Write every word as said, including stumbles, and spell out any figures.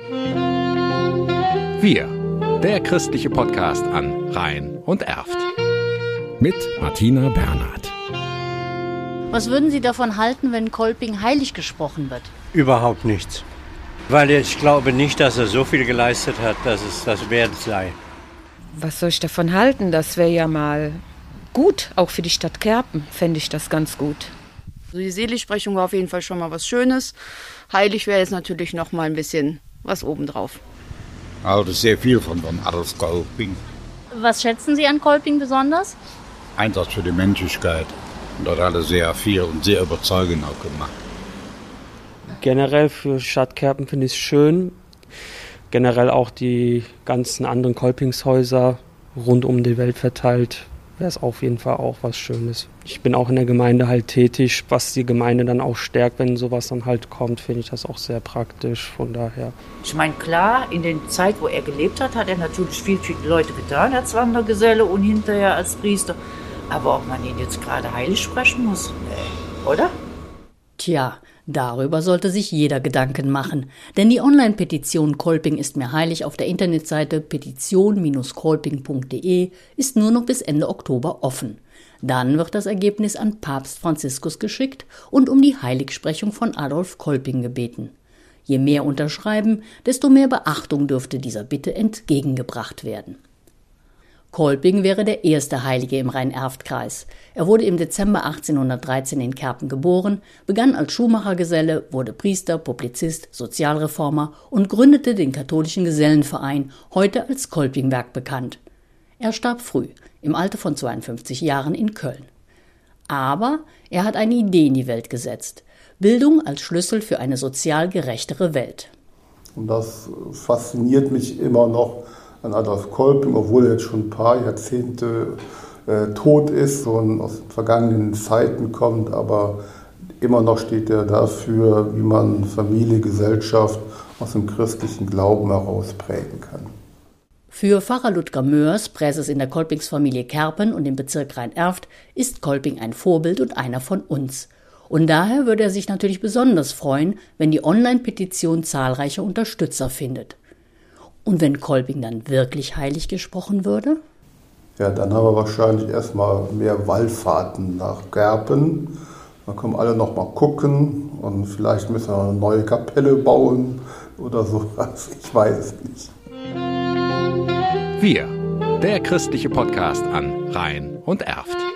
Wir, der christliche Podcast an Rhein und Erft. Mit Martina Bernhard. Was würden Sie davon halten, wenn Kolping heilig gesprochen wird? Überhaupt nichts. Weil ich glaube nicht, dass er so viel geleistet hat, dass es das wert sei. Was soll ich davon halten? Das wäre ja mal gut, auch für die Stadt Kerpen fände ich das ganz gut. Also die Seligsprechung war auf jeden Fall schon mal was Schönes. Heilig wäre jetzt natürlich noch mal ein bisschen was obendrauf. Also sehr viel von von Adolf Kolping. Was schätzen Sie an Kolping besonders? Einsatz für die Menschlichkeit. Und dort hat er sehr viel und sehr überzeugend auch gemacht. Generell für Stadt Kerpen finde ich es schön. Generell auch die ganzen anderen Kolpingshäuser rund um die Welt verteilt, wäre es auf jeden Fall auch was Schönes. Ich bin auch in der Gemeinde halt tätig, was die Gemeinde dann auch stärkt, wenn sowas dann halt kommt, finde ich das auch sehr praktisch, von daher. Ich meine, klar, in der Zeit, wo er gelebt hat, hat er natürlich viel für die Leute getan als Wandergeselle und hinterher als Priester. Aber ob man ihn jetzt gerade heilig sprechen muss, nee, oder? Tja, darüber sollte sich jeder Gedanken machen, denn die Online-Petition Kolping ist mir heilig auf der Internetseite petition Bindestrich kolping Punkt de ist nur noch bis Ende Oktober offen. Dann wird das Ergebnis an Papst Franziskus geschickt und um die Heiligsprechung von Adolf Kolping gebeten. Je mehr unterschreiben, desto mehr Beachtung dürfte dieser Bitte entgegengebracht werden. Kolping wäre der erste Heilige im Rhein-Erft-Kreis. Er wurde im Dezember achtzehnhundertdreizehn in Kerpen geboren, begann als Schuhmachergeselle, wurde Priester, Publizist, Sozialreformer und gründete den katholischen Gesellenverein, heute als Kolpingwerk bekannt. Er starb früh, im Alter von zweiundfünfzig Jahren in Köln. Aber er hat eine Idee in die Welt gesetzt: Bildung als Schlüssel für eine sozial gerechtere Welt. Und das fasziniert mich immer noch an Adolf Kolping, obwohl er jetzt schon ein paar Jahrzehnte äh, tot ist und aus vergangenen Zeiten kommt, aber immer noch steht er dafür, wie man Familie, Gesellschaft aus dem christlichen Glauben heraus prägen kann. Für Pfarrer Ludger Mörs, Präses in der Kolpingsfamilie Kerpen und im Bezirk Rhein-Erft, ist Kolping ein Vorbild und einer von uns. Und daher würde er sich natürlich besonders freuen, wenn die Online-Petition zahlreiche Unterstützer findet. Und wenn Kolping dann wirklich heilig gesprochen würde? Ja, dann haben wir wahrscheinlich erstmal mehr Wallfahrten nach Kerpen. Dann können alle noch mal gucken und vielleicht müssen wir eine neue Kapelle bauen oder sowas. Ich weiß es nicht. Wir, der christliche Podcast an Rhein und Erft.